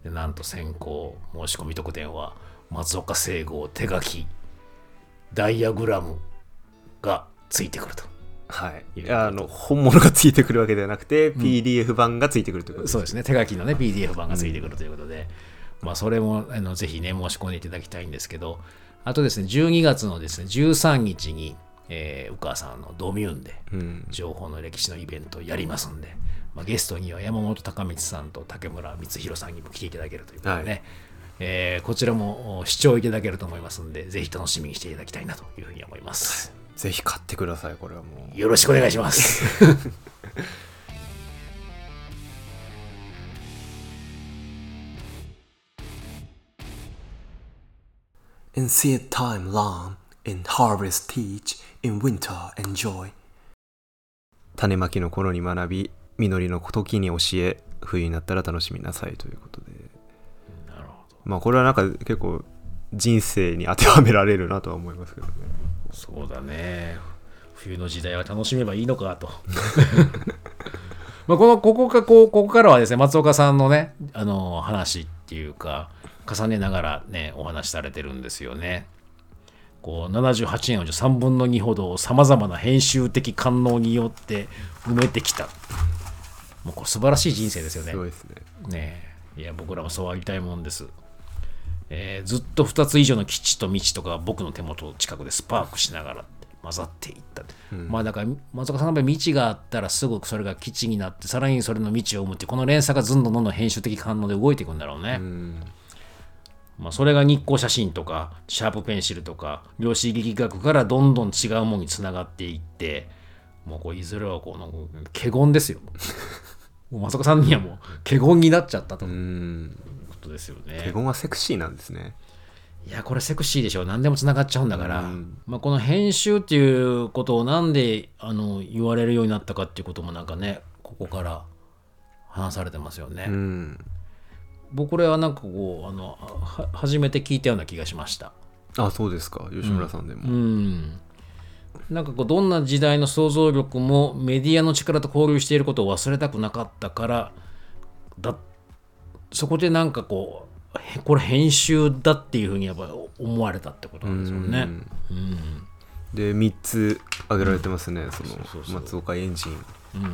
でなんと先行申し込み特典は松岡聖剛手書きダイアグラムがついてくると、 はい、いやあの本物がついてくるわけではなくて、うん、ピーディーエフ 版がついてくるということです、 そうですね、手書きのね ピーディーエフ 版がついてくるということで、うん、まあ、それもあのぜひね申し込んでいただきたいんですけど、あとですねじゅうにがつのですねじゅうさんにちに、えー、宇川さんのドミューンで情報の歴史のイベントをやりますんで、まあ、ゲストには山本隆光さんと竹村光弘さんにも来ていただけるということでね、はい、えー、こちらも視聴いただけると思いますんで、ぜひ楽しみにしていただきたいなというふうに思います、 はい、ぜひ買ってください。これはもうよろしくお願いします In seed time long, in harvest teach, in winter enjoy. 種まきの頃に学び、実りの時に教え、冬になったら楽しみなさいということで、 なるほど、 まあこれはなんか結構人生に当てはめられるなとは思いますけどね。 そうだね、冬の時代は楽しめばいいのかとまあこのここかこうここからはですね松岡さんのねあの話っていうか重ねながらねお話しされてるんですよね。こうななじゅうはちねんのうちさんぶんのにほどをさまざまな編集的官能によって埋めてきた、もうこれ素晴らしい人生ですよね。 そうですね。 ねえ、いや僕らもそうありたいもんです。えー、ずっとふたつ以上の基地と道とか僕の手元近くでスパークしながら混ざっていった、うん、まあだから松岡さんの場合道があったらすぐそれが基地になって、さらにそれの道を生むってこの連鎖がずんどんどんどん編集的官能で動いていくんだろうね、うん、まあ、それが日光写真とかシャープペンシルとか量子力学からどんどん違うものにつながっていって、もうこういずれはこの華厳ですよもう松岡さんにはもう華厳になっちゃったということですよね。 華厳はセクシーなんですね。 いやこれセクシーでしょ、何でもつながっちゃうんだから、まあ、この編集っていうことをなんであの言われるようになったかっていうこともなんかねここから話されてますよね、うん、僕これはなんかこうあのは初めて聞いたような気がしました。 あ、そうですか。吉村さんでも、 うん、うん、なんかこうどんな時代の想像力もメディアの力と交流していることを忘れたくなかったからだ、そこでなんかこうこれ編集だっていうふうにやっぱ思われたってことなんですよね。うん、うん、 でみっつ挙げられてますね、うん、そのそうそうそう松岡エンジン、うん、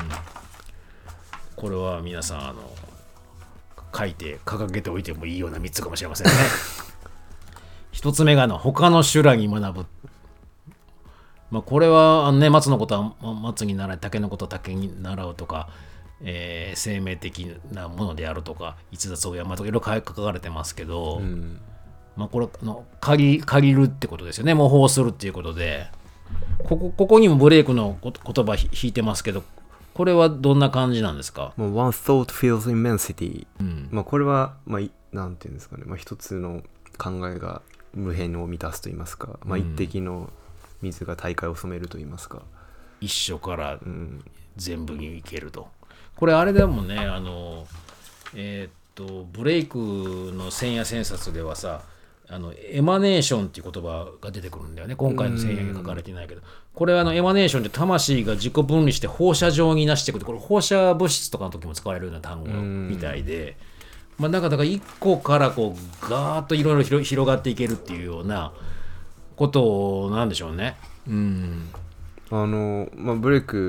これは皆さんあの書いて掲げておいてもいいようなみっつかもしれませんねひとつめがの他の修羅に学ぶ、まあ、これは、ね、松のことは松に習い、竹のことは竹に習うとか、えー、生命的なものであるとか逸脱を敬うとかいろいろ書かれてますけど、うん、まあ、これの 借り、借りるってことですよね。模倣するっていうことで、ここ、ここにもブレイクの言葉引いてますけど、これはどんな感じなんですか？ もう One thought feels immensity、うん、まあ、これは、まあ、なんていうんですかね、まあ、一つの考えが無辺を満たすといいますか、まあ、一滴の水が大海を染めるといいますか、 一緒から全部に行けると、うん、これあれでもね、あのえー、っとブレイクの千夜千冊ではさ、あのエマネーションっていう言葉が出てくるんだよね。今回の千夜に書かれていないけど、これはあのエマネーションって魂が自己分離して放射状になしていくって、これ放射物質とかの時も使われるような単語みたいで、まあ、なんかだから一個からこうガーッといろいろ広がっていけるっていうようなことなんでしょうね。うん、 あの、まあ、ブレイク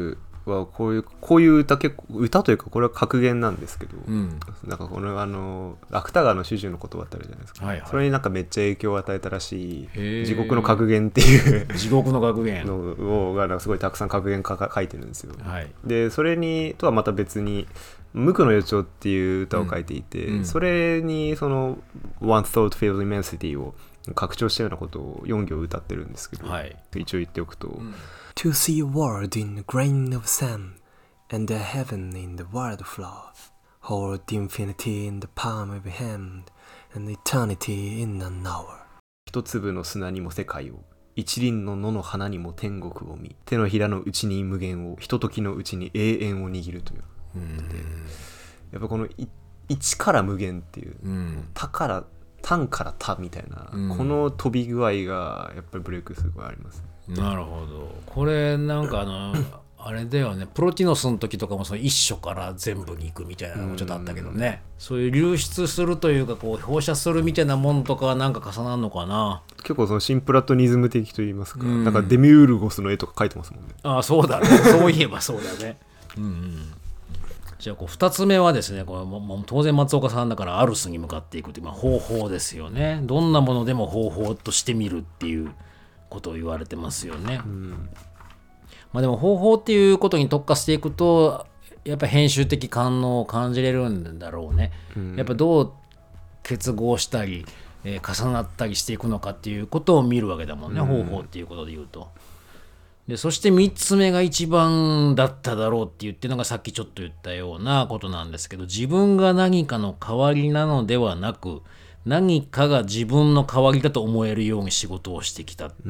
はこういうこういう歌結構歌というかこれは格言なんですけど、 うん、 なんかこのあの芥川の主従の言葉ってあるじゃないですか、はいはい、それになんかめっちゃ影響を与えたらしい地獄の格言っていう地獄の格言のがなんかすごいたくさん格言か書いてるんですよ、 はい、 でそれにとはまた別に無垢の予兆っていう歌を書いていて、うんうん、それにその One thought filled immensity を拡張したようなことをよん行歌ってるんですけど、はい、一応言っておくと、うん、 To see a world in a grain of sand and a heaven in the wildflower, hold the infinity in the palm of your hand and eternity in an hour. 一粒の砂にも世界を、一輪の野の花にも天国を見、手のひらのうちに無限を、ひとときのうちに永遠を握るということで、やっぱこの一から無限っていう、うん、他から単から他みたいな、うん、この飛び具合がやっぱりブレイクすごいあります、 ね、なるほど。これなんかあのあれだよね、プロティノスの時とかもその一緒から全部に行くみたいなのもちょっとあったけどね、うん、そういう流出するというかこう放射するみたいなものとかはなんか重なるのかな。 結構そのシンプラトニズム的といいますか、うん、なんかデミウルゴスの絵とか描いてますもんね。 ああそうだねそういえばそうだねうん、うん、じゃあこうふたつめはですね、これも当然松岡さんだからアルスに向かっていくという、まあ、方法ですよね。どんなものでも方法としてみるっていうことを言われてますよね、うん、まあ、でも方法っていうことに特化していくとやっぱ編集的感能を感じれるんだろうね、うん、やっぱどう結合したり、えー、重なったりしていくのかっていうことを見るわけだもんね、うん、方法っていうことで言うと。でそしてみっつめが一番だっただろうって言ってるのがさっきちょっと言ったようなことなんですけど、自分が何かの代わりなのではなく何かが自分の代わりだと思えるように仕事をしてきたって、うん、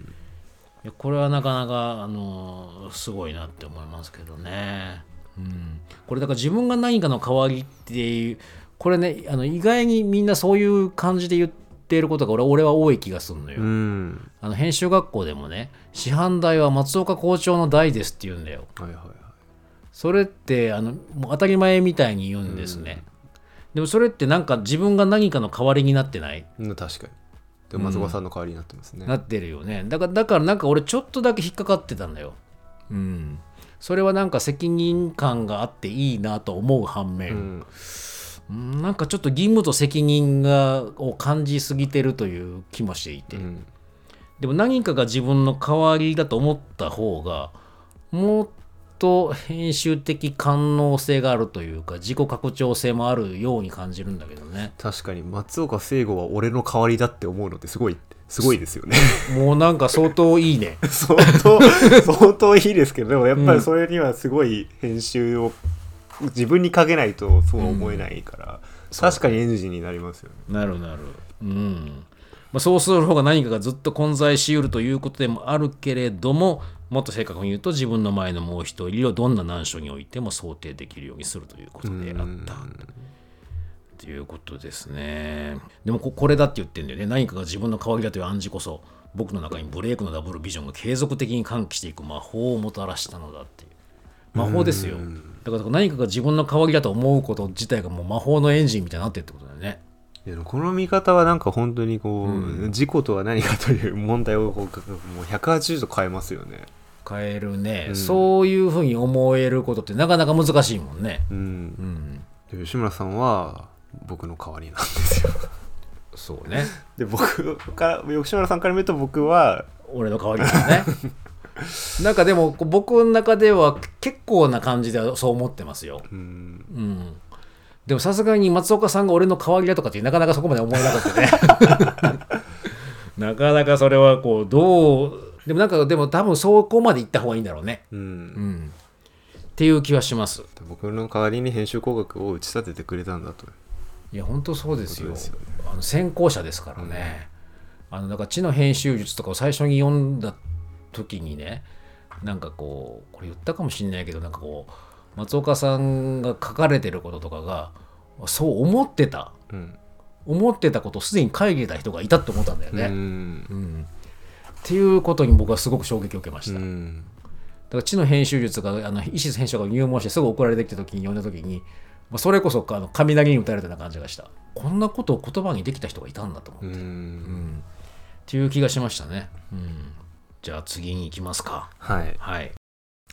これはなかなか、あのー、すごいなって思いますけどね、うん、これだから自分が何かの代わりっていうこれね、あの意外にみんなそういう感じで言ってっていることが 俺, 俺は多い気がするのよ、うん、あの編集学校でもね、師範代は松岡校長の代ですって言うんだよ、はいはいはい、それってあのもう当たり前みたいに言うんですね、うん、でもそれってなんか自分が何かの代わりになってない、 うん、確かに。でも松岡さんの代わりになってますね、 うん、なってるよね。だから、だからなんか俺ちょっとだけ引っかかってたんだよ、うん、それはなんか責任感があっていいなと思う反面、うんなんかちょっと義務と責任がを感じすぎてるという気もしていて、うん、でも何かが自分の代わりだと思った方がもっと編集的官能性があるというか自己拡張性もあるように感じるんだけどね。 確かに松岡聖吾は俺の代わりだって思うのってすごいすごいですよねもうなんか相当いいね相当相当いいですけど、でもやっぱりそれにはすごい編集を自分にかけないとそう思えないから、うん、確かにエンジンになりますよね。 なるなる、うんまあ、そうする方が何かがずっと混在しうるということでもあるけれども、もっと正確に言うと自分の前のもう一人をどんな難所においても想定できるようにするということであったということですね。でも こ, これだって言ってるんだよね。何かが自分の代わりだという暗示こそ僕の中にブレイクのダブルビジョンが継続的に喚起していく魔法をもたらしたのだっていう魔法ですよ。だから何かが自分の代わりだと思うこと自体がもう魔法のエンジンみたいになってるってことだよね。 いやこの見方はなんか本当にこう、うん、自己とは何かという問題をこうもうひゃくはちじゅうど変えますよね。 変えるね、うん、そういうふうに思えることってなかなか難しいもんね、うんうん、で吉村さんは僕の代わりなんですよそうね。 で僕から吉村さんから見ると僕は俺の代わりだねなんかでも僕の中では結構な感じでそう思ってますよ、うんうん、でもさすがに松岡さんが俺の代わりだとかってなかなかそこまで思えなかったねなかなかそれはこうどうでもなんかでも多分そこまで行った方がいいんだろうね、うんうん、っていう気はします。 僕の代わりに編集工学を打ち立ててくれたんだと。 いや本当そうですよ、ですよね、あの先行者ですからね、うん、あのだから知の編集術とかを最初に読んだ時にね、なんかこうこれ言ったかもしれないけど、なんかこう松岡さんが書かれてることとかがそう思ってた、うん、思ってたことをすでに書いてた人がいたって思ったんだよね、うん、うん、っていうことに僕はすごく衝撃を受けました、うん、だから知の編集術があの石津編集が入門してすぐ送られてきた時に読んだ時にそれこそあの雷に打たれたような感じがした。こんなことを言葉にできた人がいたんだと思って、うん、うん、っていう気がしましたね、うん、じゃあ次に行きますか。 はい、 はい、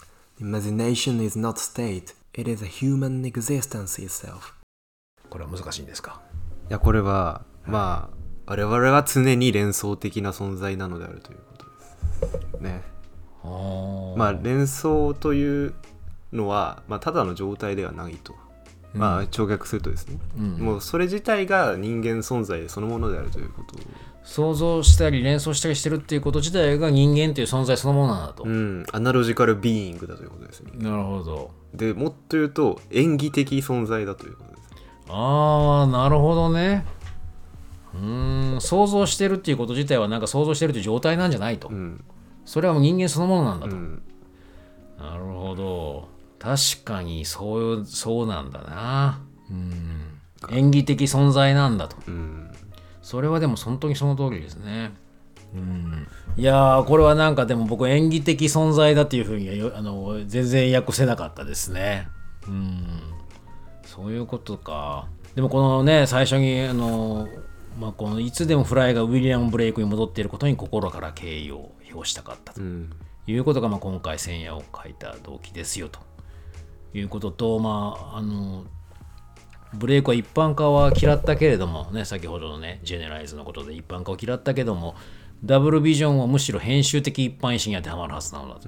Imagination is not state, it is a human existence itself. これは難しいんですか？ いやこれはまあ我々は常に連想的な存在なのであるということですね。まあ連想というのは、まあ、ただの状態ではないと、うん、まあ直訳するとですね、うん、もうそれ自体が人間存在そのものであるということ。 想像したり連想したりしてるっていうこと自体が人間という存在そのものなんだと、 うん、アナロジカルビーイングだということですね。 なるほど。 でもっと言うと演技的存在だということです。 ああ、なるほどね。うーん、想像してるっていうこと自体はなんか想像してるという状態なんじゃないと、うん、それはもう人間そのものなんだと、うん、なるほど。確かにそう、そうなんだな。うん、演技的存在なんだと、うん、それはでも本当にその通りですね。うん、いやーこれはなんかでも僕演技的存在だっていうふうにあの全然訳せなかったですね。うん、そういうことか。でもこのね最初にあの、まあ、このいつでもフライがウィリアム・ブレイクに戻っていることに心から敬意を表したかったということが、まあ、今回千夜を書いた動機ですよということと、まああのブレイクは一般化は嫌ったけれどもね、先ほどのねジェネライズのことで一般化を嫌ったけどもダブルビジョンはむしろ編集的一般意識に当てはまるはずなのだと、うん、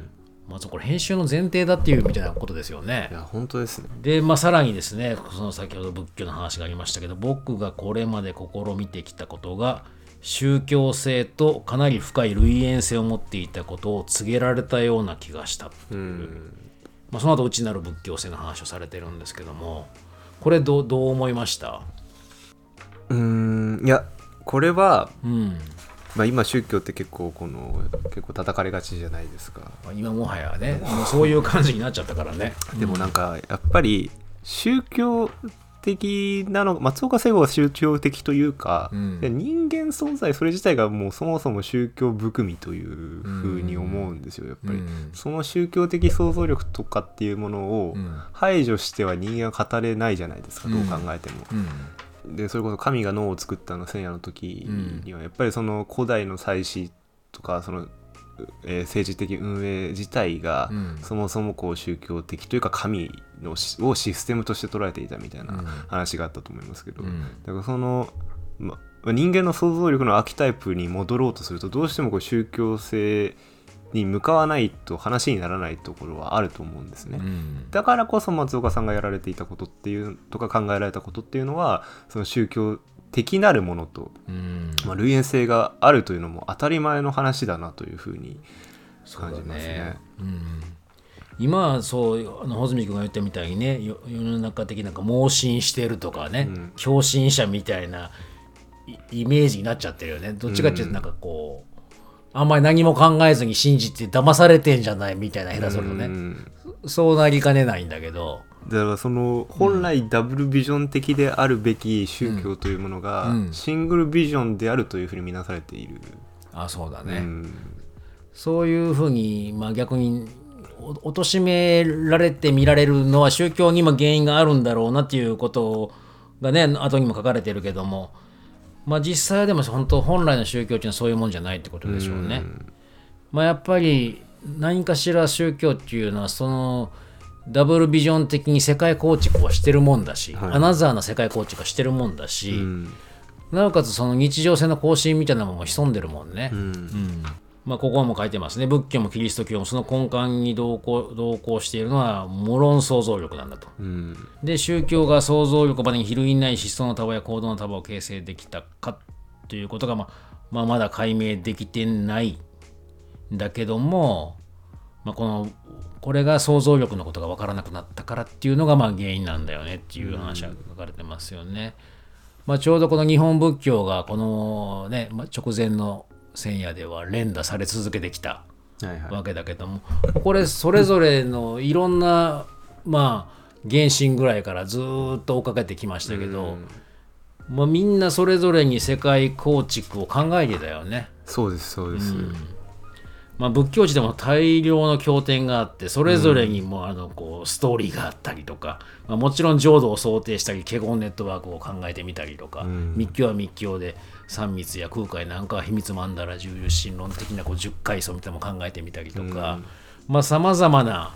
まずこれ編集の前提だっていうみたいなことですよね。 いや本当ですね。 で、まあ、さらにですねその先ほど仏教の話がありましたけど僕がこれまで試みてきたことが宗教性とかなり深い類縁性を持っていたことを告げられたような気がしたっていう、うんまあ、その後内なる仏教性の話をされてるんですけどもこれどう、どう思いました？ うーんいやこれは、 うんまあ、今宗教って結構この結構叩かれがちじゃないですか。 今もはやねもうそういう感じになっちゃったからねでもなんかやっぱり宗教的なの松岡聖子が宗教的というか、うん、人間存在それ自体がもうそもそも宗教含みというふうに思うんですよ。やっぱり、うん、その宗教的想像力とかっていうものを排除しては人間は語れないじゃないですか、うん、どう考えても、うん、でそれこそ神が脳を作ったの千夜の時にはやっぱりその古代の祭祀とかそのえー、政治的運営自体が、うん、そもそもこう宗教的というか神のをシステムとして捉えていたみたいな話があったと思いますけど、うん、だからその、ま、人間の想像力のアーキタイプに戻ろうとするとどうしてもこう宗教性に向かわないと話にならないところはあると思うんですね、うん、だからこそ松岡さんがやられていたことっていうとか考えられたことっていうのはその宗教的なるものと、うんまあ、類縁性があるというのも当たり前の話だなというふうに感じますね。ねうん、 今そうあの穂積君が言ったみたいにね世の中的なんか盲信してるとかね、うん、狂信者みたいなイメージになっちゃってるよね。どっちかっていうとなんかこう、うん、あんまり何も考えずに信じて騙されてんじゃないみたいな下手するとね、うん、そうなりかねないんだけどだからその本来ダブルビジョン的であるべき宗教というものがシングルビジョンであるというふうに見なされている、 うん、あそうだね、うん、そういうふうに、まあ、逆に貶められて見られるのは宗教にも原因があるんだろうなっていうことがね後にも書かれてるけども、まあ、実際はでも本当本来の宗教っていうのはそういうもんじゃないってことでしょうね、うんまあ、やっぱり何かしら宗教っていうのはそのダブルビジョン的に世界構築はしてるもんだし、はい、アナザーな世界構築はしてるもんだし、うん、なおかつその日常性の更新みたいなものも潜んでるもんね、うんうんまあ、ここも書いてますね。仏教もキリスト教もその根幹に同行、同行しているのは無論想像力なんだと、うん、で宗教が想像力までに比類ない思想の束や行動の束を形成できたかということが、まあまあ、まだ解明できてないんだけども、まあ、このこれが想像力のことが分からなくなったからっていうのがまあ原因なんだよねっていう話が書かれてますよね、まあ、ちょうどこの日本仏教がこのね直前の千夜では連打され続けてきたわけだけども、はいはい、これそれぞれのいろんなまあ原神ぐらいからずっと追っかけてきましたけど、まあ、みんなそれぞれに世界構築を考えてたよね。 そうですそうです、うんまあ、仏教寺でも大量の経典があってそれぞれにもあのこうストーリーがあったりとか、まあ、もちろん浄土を想定したり華厳ネットワークを考えてみたりとか、うん、密教は密教で三密や空海なんかは秘密曼荼羅重油神論的なこう十階層みたいなのも考えてみたりとかさまざまな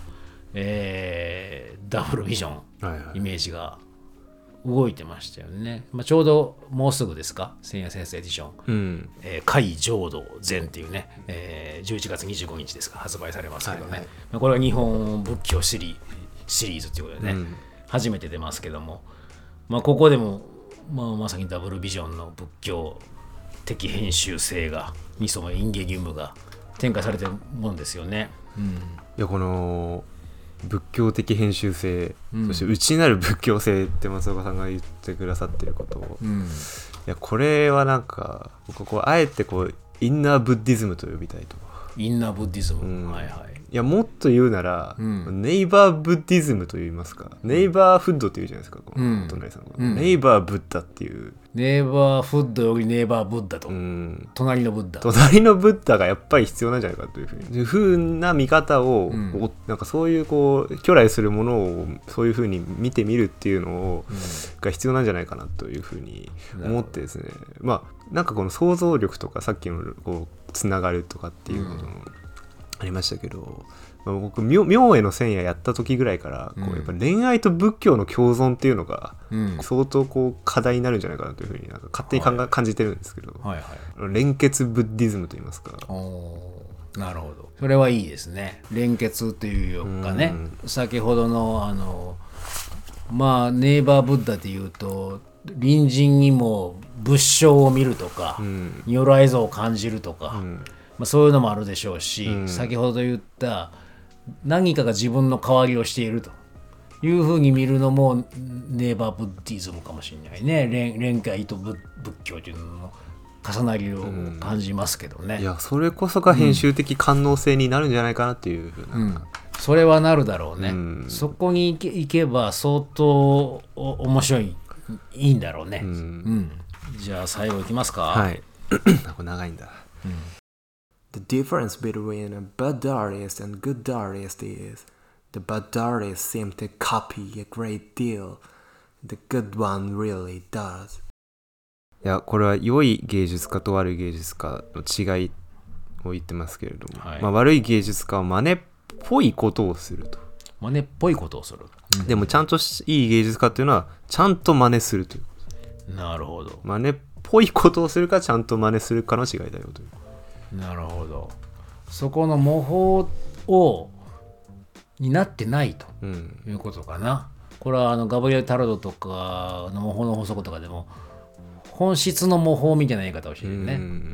えー、ダブルビジョン、 はいはい、 イメージが動いてましたよね。まあ、ちょうどもうすぐですか、千夜先生エディション、うんえー、海浄土禅っていうね、えー、じゅういちがつにじゅうごにちですか発売されますけどね、はいはいまあ、これは日本仏教シリシリーズっていうことでね、うん、初めて出ますけども、まあ、ここでも、まあ、まさにダブルビジョンの仏教的編集性がミソのインゲギウムが展開されてるもんですよね、うん、いやこの仏教的編集性、うん、そして内なる仏教性って松岡さんが言ってくださってることを、うん、いやこれはなんか僕こうあえてこうインナーブッディズムと呼びたいと。 インナーブッディズム、うん、はいはい。 いやもっと言うなら、うん、ネイバーブッディズムと言いますか、ネイバーフッドって言うじゃないですか、このお隣さん、うん、ネイバーブッダっていう、 ネイバーフッドよりネイバーブッダと、うん、隣のブッダ隣のブッダがやっぱり必要なんじゃないかというふうにいうふうな見方を、うん、なんかそういうこう巨来するものをそういうふうに見てみるっていうのを、うん、が必要なんじゃないかなというふうに思ってですね、まあなんかこの想像力とかさっきのこうつながるとかっていうこともありましたけど、うんまあ、僕妙への千夜やった時ぐらいからこうやっぱ恋愛と仏教の共存っていうのが相当こう課題になるんじゃないかなというふうになんか勝手に考え、はい、感じてるんですけど、はいはい、連結ブッディズムといいますか。 おなるほど、それはいいですね。連結というかね、うん、先ほどのあのまあネイバーブッダでいうと隣人にも仏性を見るとか、うん、如来像を感じるとか、うんまあ、そういうのもあるでしょうし、うん、先ほど言った何かが自分の代わりをしているというふうに見るのもネイバーブッディズムかもしれないね。連界と 仏, 仏教というのの重なりを感じますけどね、うん、 いやそれこそが編集的官能性になるんじゃないかなっていうふうな、うん、 それはなるだろうね、うん、そこに行 け, 行けば相当面白いいいんだろうね、うんうん、じゃあ最後いきますか。 はいこれ長いんだ、うん、 The difference between a bad artist and good artist is the bad artist seems to copy a great deal. The good one really does. いやこれは良い芸術家と悪い芸術家の違いを言ってますけれども、はいまあ、悪い芸術家は真似っぽいことをすると。 真似っぽいことをする、 うん、でもちゃんといい芸術家っていうのはちゃんと真似するという。 なるほど。 真似っぽいことをするかちゃんと真似するかの違いだよという。 なるほど。そこの模倣をになってないということかな、うん、これはあのガブリエル・タロドとかの模倣の法則とかでも本質の模倣みたいな言い方をしてるね、うん、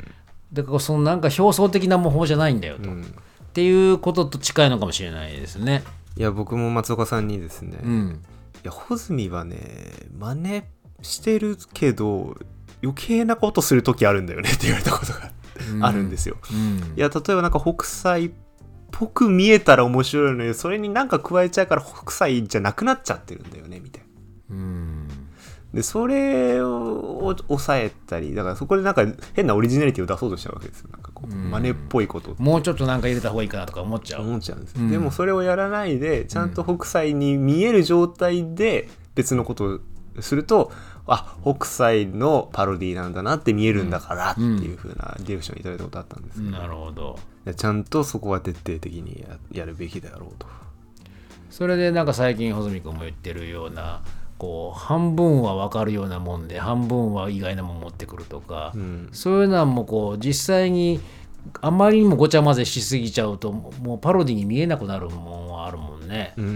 だからそのなんか表層的な模倣じゃないんだよと、うん、っていうことと近いのかもしれないですね。 いや僕も松岡さんにですね、うん、いや穂積はね真似してるけど余計なことするときあるんだよねって言われたことがあるんですよ、うん、いや例えばなんか北斎っぽく見えたら面白いのにそれになんか加えちゃうから北斎じゃなくなっちゃってるんだよねみたいな、うん、でそれを抑えたりだからそこでなんか変なオリジナリティを出そうとしちゃうわけですよ。なんかこう真似っぽいこともうちょっとなんか入れた方がいいかなとか思っちゃう思っちゃうんです、うん、でもそれをやらないでちゃんと北斎に見える状態で別のことをするとあ北斎のパロディなんだなって見えるんだからっていう風なディレクションいただいたことあったんですけど、 うん、なるほど。 ちゃんとそこは徹底的に や, やるべきだろうと。 それでなんか最近穂積君も言ってるようなこう半分は分かるようなもんで半分は意外なもん持ってくるとか、うん、そういうのもこう実際にあまりにもごちゃ混ぜしすぎちゃうともうパロディに見えなくなるもんはあるもんね。うーん、うん、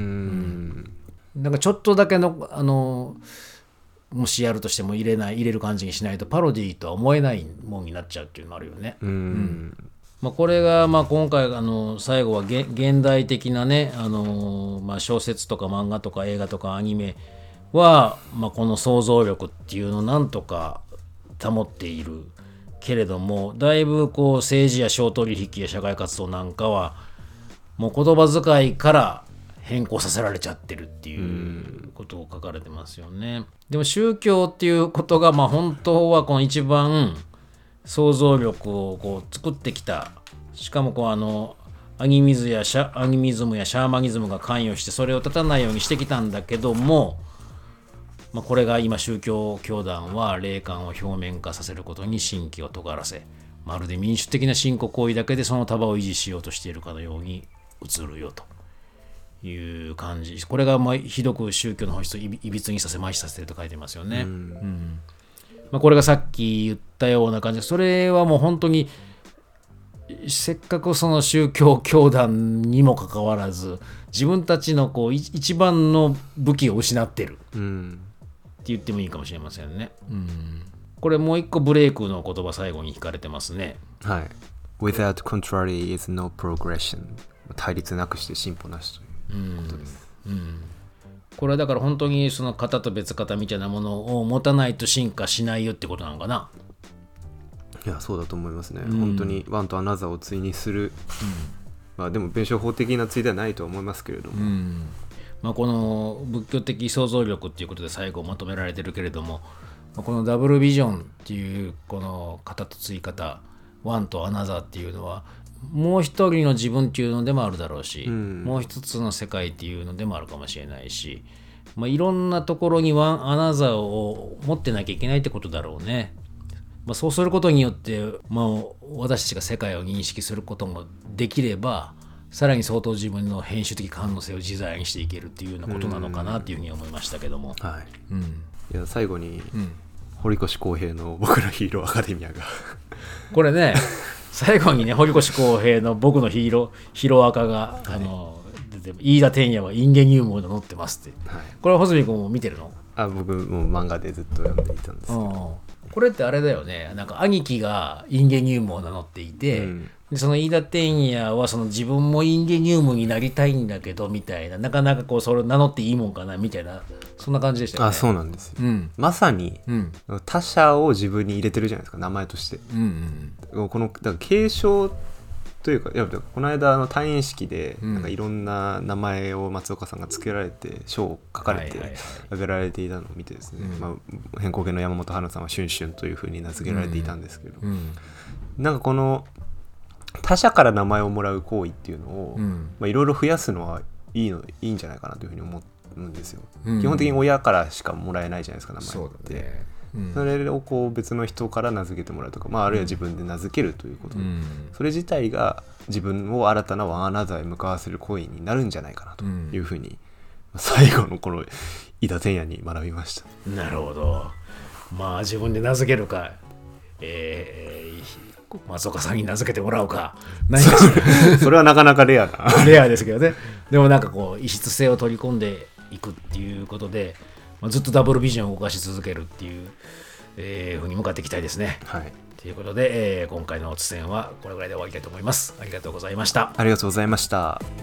なんかちょっとだけのあのもしやるとしても入れない入れる感じにしないとパロディとは思えないもんになっちゃうっていうのもあるよね。うん、うんまあ、これがまあ今回あの最後は現代的なねあのまあ小説とか漫画とか映画とかアニメはまあこの想像力っていうのをなんとか保っているけれどもだいぶこう政治や商取引や社会活動なんかはもう言葉遣いから変更させられちゃってるっていうことを書かれてますよね。でも宗教っていうことがまあ本当はこの一番想像力をこう作ってきた。しかもこうあのアニミズやシャアニミズムやシャーマニズムが関与してそれを立たないようにしてきたんだけども、まあ、これが今宗教教団は霊感を表面化させることに神経を尖らせまるで民主的な信仰行為だけでその束を維持しようとしているかのように映るよという感じ。これがまあひどく宗教の本質をいびつにさせ麻痺させてると書いてますよね。うんうんまあ、これがさっき言ったような感じで、それはもう本当にせっかくその宗教教団にもかかわらず自分たちのこう一番の武器を失ってるって言ってもいいかもしれませんね。うん、これもう一個ブレイクの言葉最後に引かれてますね。 はい。Without contrary is no progression。対立なくして進歩なしという。ことです、 うんうん、これはだから本当にその型と別型みたいなものを持たないと進化しないよってことなのかな。 いやそうだと思いますね、うん、本当にワンとアナザーを対にする、うんまあ、でも弁証法的な対ではないとは思いますけれども、うんまあ、この仏教的想像力っていうことで最後まとめられてるけれども、このダブルビジョンっていうこの型と対方ワンとアナザーっていうのはもう一人の自分っていうのでもあるだろうし、うん、もう一つの世界っていうのでもあるかもしれないし、まあ、いろんなところにワンアナザーを持ってなきゃいけないってことだろうね。まあ、そうすることによって、まあ、私たちが世界を認識することもできればさらに相当自分の編集的可能性を自在にしていけるっていうようなことなのかなっていうふうに思いましたけども、 はいうん、いや最後に、うん、堀越康平の僕のヒーローアカデミアがこれね最後にね堀越康平の僕のヒーローヒロアカが、はい、あの出て飯田天也はインゲニウムを乗ってますって、はい、これは細見君も見てるの？ あ僕も漫画でずっと読んでいたんですけど、 これってあれだよね、なんか兄貴がインゲニウムを名乗っていて、うん、でその飯田天也はその自分もインゲニウムになりたいんだけどみたいな、なかなかこうそれを名乗っていいもんかなみたいな、そんな感じでしたよね。 あそうなんですよ、うん、まさに、うん、他者を自分に入れてるじゃないですか、名前として、うんうん、このだから継承というか、いやこの間の退院式で、うん、なんかいろんな名前を松岡さんが付けられて書を書かれて挙げられていたのを見てですね、うんまあ、変更系の山本春さんはシュンシュンというふうに名付けられていたんですけど、うんうん、なんかこの他者から名前をもらう行為っていうのを、うんまあ、いろいろ増やすのはいいのいいんじゃないかなというふうに思うんですよ、うん、基本的に親からしかもらえないじゃないですか、名前って。そうだね、うん、それをこう別の人から名付けてもらうとか、まあ、あるいは自分で名付けるということ、うん、それ自体が自分を新たなワンアナザーへ向かわせる行為になるんじゃないかなというふうに、うん、最後のこの飯田天也に学びました。 なるほど。まあ自分で名付けるか、えー、松岡さんに名付けてもらうか、何かそれはなかなかレアなレアですけどね。でもなんかこう異質性を取り込んでいくっていうことで、まあ、ずっとダブルビジョンを動かし続けるっていう、えー、ふうに向かっていきたいですね。はい。ということで、えー、今回の出演はこれぐらいで終わりたいと思います。ありがとうございました。 ありがとうございました。